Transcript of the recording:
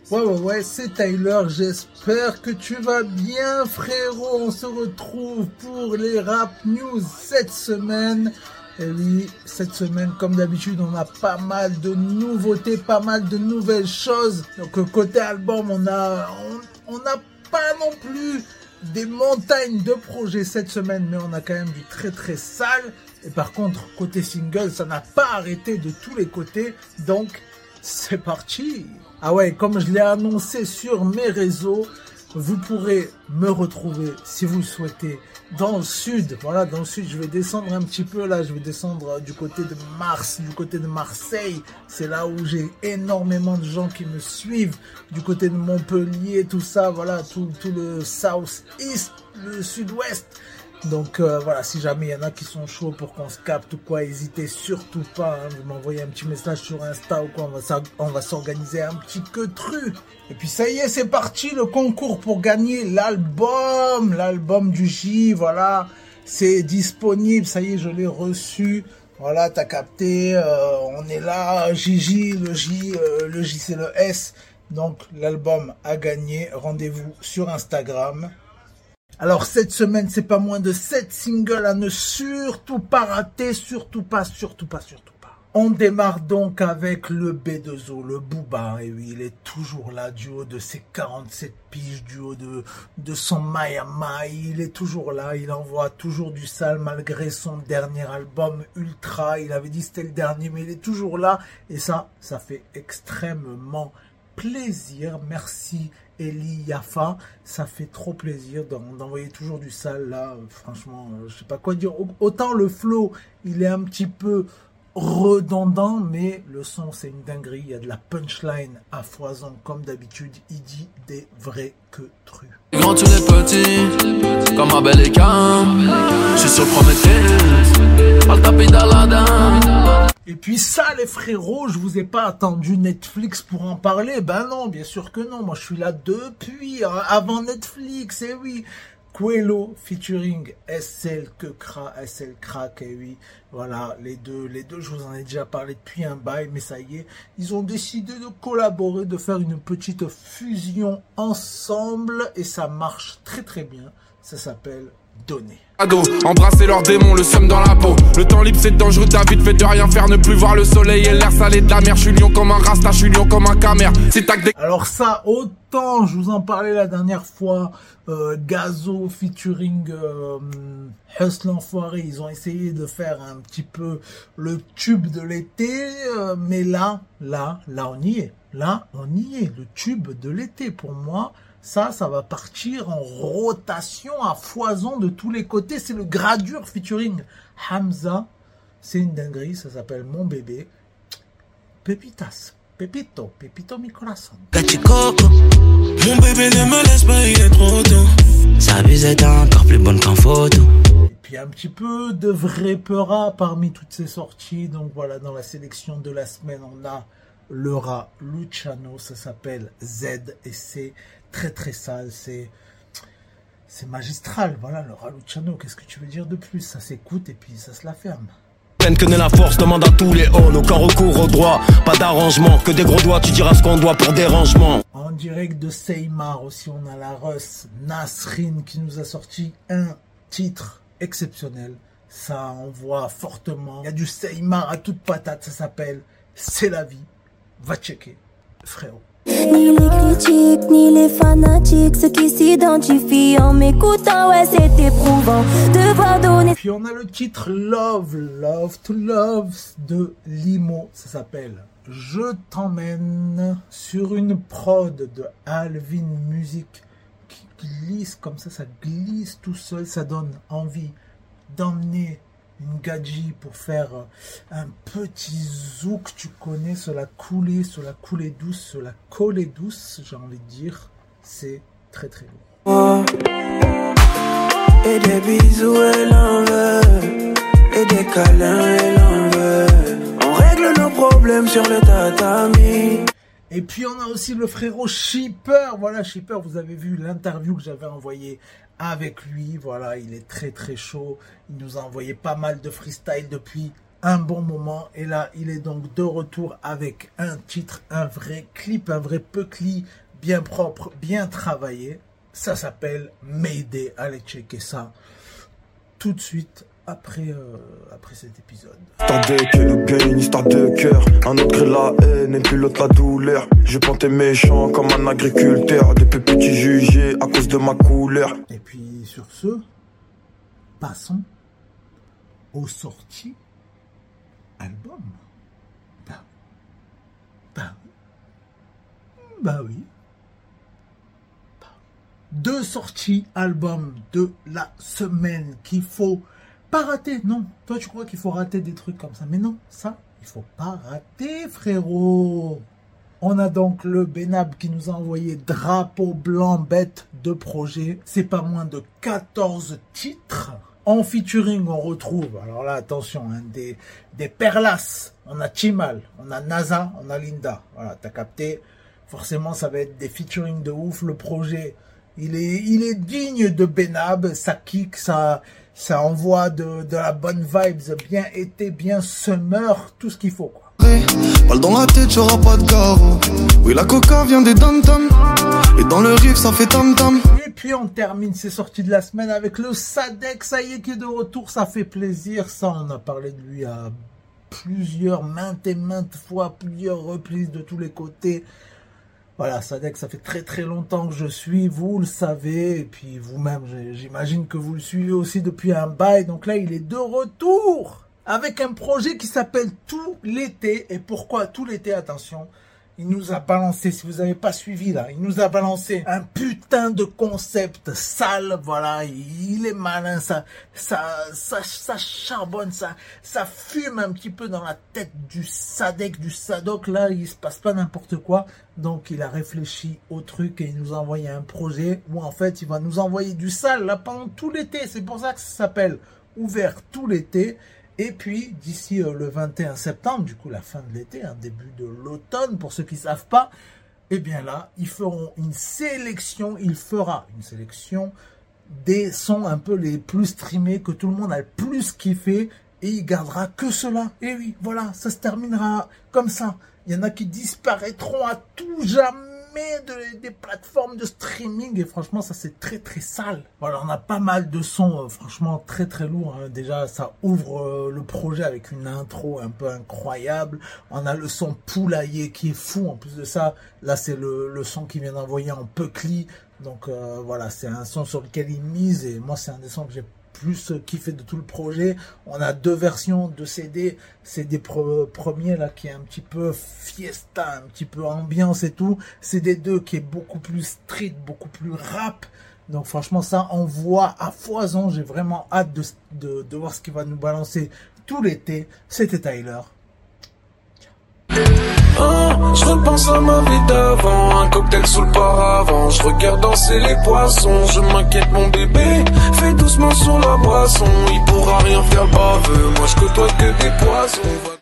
Ouais, c'est Tyler, j'espère que tu vas bien frérot, on se retrouve pour les rap news cette semaine. Et oui, cette semaine, comme d'habitude, on a pas mal de nouveautés, pas mal de nouvelles choses. Donc côté album, on n'a pas non plus des montagnes de projets cette semaine, mais on a quand même du très très sale. Et par contre, côté single, ça n'a pas arrêté de tous les côtés, donc c'est parti. Ah ouais, comme je l'ai annoncé sur mes réseaux, vous pourrez me retrouver si vous le souhaitez dans le sud. Voilà, dans le sud, je vais descendre un petit peu là, je vais descendre du côté de Mars, du côté de Marseille. C'est là où j'ai énormément de gens qui me suivent. Du côté de Montpellier, tout ça, voilà, tout le South East, le Sud-Ouest. Donc voilà, si jamais il y en a qui sont chauds pour qu'on se capte ou quoi, n'hésitez surtout pas, hein, vous m'envoyez un petit message sur Insta ou quoi, on va s'organiser un petit queutru. Et puis ça y est, c'est parti, le concours pour gagner l'album du J, voilà, c'est disponible, ça y est, je l'ai reçu. Voilà, t'as capté, on est là, Gigi, le J c'est le S, donc l'album a gagné, rendez-vous sur Instagram. Alors cette semaine, c'est pas moins de 7 singles à ne surtout pas rater, surtout pas. On démarre donc avec le B2O, le Booba, et oui, il est toujours là, du haut de ses 47 piges, du haut de son Maya, il est toujours là, il envoie toujours du sale malgré son dernier album Ultra, il avait dit c'était le dernier, mais il est toujours là, et ça fait extrêmement plaisir, merci Eli Yafa, ça fait trop plaisir d'envoyer toujours du sale là, franchement, je sais pas quoi dire, autant le flow, il est un petit peu redondant, mais le son c'est une dinguerie, il y a de la punchline à foison, comme d'habitude, il dit des vrais queutrus. Grand tu es petit, comme Abel et Cam, je suis sur Prometheus, pas le tapis d'Aladin. Et puis ça les frérots, je vous ai pas attendu Netflix pour en parler, ben non, bien sûr que non, moi je suis là depuis, avant Netflix, et oui. Quello featuring SL Crack, et oui, voilà, les deux, je vous en ai déjà parlé depuis un bail, mais ça y est, ils ont décidé de collaborer, de faire une petite fusion ensemble, et ça marche très très bien, ça s'appelle Donner. Embrasser leurs démons, le seum dans la peau. Le temps libre c'est dangereux, t'as vite fait de rien faire, ne plus voir le soleil et l'air salé de la mer. Je suis lion comme un rasta, je suis lion comme un camère. C'est tac des... Alors ça, autant je vous en parlais la dernière fois, Gazo featuring Hustle l'enfoiré, ils ont essayé de faire un petit peu le tube de l'été, mais là on y est. Là on y est, le tube de l'été pour moi. Ça va partir en rotation à foison de tous les côtés. C'est le Gradure featuring Hamza. C'est une dinguerie, ça s'appelle Mon Bébé. Pépitas. Pepito mi corazón. Cachicoco, mon bébé ne me laisse pas, il est trop tôt. Sa bise est encore plus bonne qu'en photo. Et puis un petit peu de vrai peura parmi toutes ces sorties. Donc voilà, dans la sélection de la semaine, on a le rat Luciano, ça s'appelle Z et c'est très très sale, c'est magistral, voilà, le rat Luciano, qu'est-ce que tu veux dire de plus, ça s'écoute et puis ça se la ferme. Que n'est la force, demande à tous les hauts, aucun recours au droit, pas d'arrangement, que des gros doigts, tu diras ce qu'on doit pour dérangement. En direct de Seymar aussi, on a la Russ Nasrin qui nous a sorti un titre exceptionnel, ça envoie fortement, il y a du Seymar à toute patate, ça s'appelle C'est la vie. Va checker, frérot. Ni les critiques, ni les fanatiques, ceux qui s'identifient en m'écoutant, ouais c'est éprouvant, devoir donner. Puis on a le titre Love to Love de Limo, ça s'appelle Je t'emmène, sur une prod de Alvin Music qui glisse comme ça glisse tout seul, ça donne envie d'emmener une gadji pour faire un petit zouk, tu connais, sur la coulée douce, sur la collée douce, j'ai envie de dire, c'est très très lourd. Et des bisous elle en veut, et des câlins elle en veut, on règle nos problèmes sur le tatami. Et puis on a aussi le frérot Shipper, voilà Shipper, vous avez vu l'interview que j'avais envoyée avec lui, voilà, il est très très chaud, il nous a envoyé pas mal de freestyle depuis un bon moment. Et là, il est donc de retour avec un titre, un vrai clip, un vrai peucli, bien propre, bien travaillé. Ça s'appelle Mayday. Allez checker ça tout de suite après cet épisode. Histoire de que nous gagne, histoire de cœur. Un autre crée la haine et puis l'autre la douleur. Je plantais méchant comme un agriculteur. Depuis petit jugé à cause de ma couleur. Et puis sur ce, passons aux sorties album. Bah oui. 2 sorties albums de la semaine qu'il faut pas rater. Non, toi tu crois qu'il faut rater des trucs comme ça. Mais non, ça, il faut pas rater, frérot. On a donc le Benab qui nous a envoyé Drapeau Blanc Bête de projet. C'est pas moins de 14 titres. En featuring, on retrouve, alors là, attention, hein, des perlas. On a Chimal, on a NASA, on a Linda. Voilà, t'as capté. Forcément, ça va être des featuring de ouf. Le projet, il est digne de Benab. Ça kick, ça envoie de la bonne vibes, bien été, bien summer, tout ce qu'il faut, quoi. Balle dans la tête, j'aurai pas de carreau. Oui, la coca vient des dom-tom. Et dans le riff, ça fait tam-tam. Et puis on termine ces sorties de la semaine avec le Sadek. Ça y est, qui est de retour, ça fait plaisir. Ça, on a parlé de lui à maintes et maintes fois, plusieurs reprises de tous les côtés. Voilà, Sadek, ça fait très très longtemps que je suis, vous le savez, et puis vous-même, j'imagine que vous le suivez aussi depuis un bail. Donc là, il est de retour avec un projet qui s'appelle Tout l'été. Et pourquoi Tout l'été? Attention, il nous a balancé, si vous n'avez pas suivi là, il nous a balancé un putain de concept sale. Voilà, il est malin, ça charbonne, ça fume un petit peu dans la tête du Sadek, du Sadoc. Là, il se passe pas n'importe quoi. Donc il a réfléchi au truc et il nous a envoyé un projet où en fait il va nous envoyer du sale là pendant tout l'été. C'est pour ça que ça s'appelle Ouvert tout l'été. Et puis d'ici le 21 septembre, du coup la fin de l'été, début de l'automne pour ceux qui ne savent pas, et bien là ils feront une sélection, des sons un peu les plus streamés, que tout le monde a le plus kiffé, et il gardera que cela. Et oui, voilà, ça se terminera comme ça. Il y en a qui disparaîtront à tout jamais des plateformes de streaming, et franchement ça c'est très très sale. Voilà, on a pas mal de sons franchement très très lourds, hein. Déjà ça ouvre le projet avec une intro un peu incroyable. On a le son Poulailler qui est fou. En plus de ça, là c'est le son qui vient d'envoyer en peucli. Donc voilà, c'est un son sur lequel il mise, et moi c'est un des sons que j'ai plus kiffé de tout le projet. On a 2 versions de CD. C'est des premiers là qui est un petit peu fiesta, un petit peu ambiance et tout. C'est des 2 qui est beaucoup plus street, beaucoup plus rap. Donc franchement ça envoie à foison. J'ai vraiment hâte de voir ce qu'il va nous balancer tout l'été. C'était Tyler. Je repense à ma vie d'avant, un cocktail sous le paravent. Je regarde danser les poissons, je m'inquiète mon bébé. Fais doucement sur la boisson, il pourra rien faire baveux. Moi je côtoie que des poissons.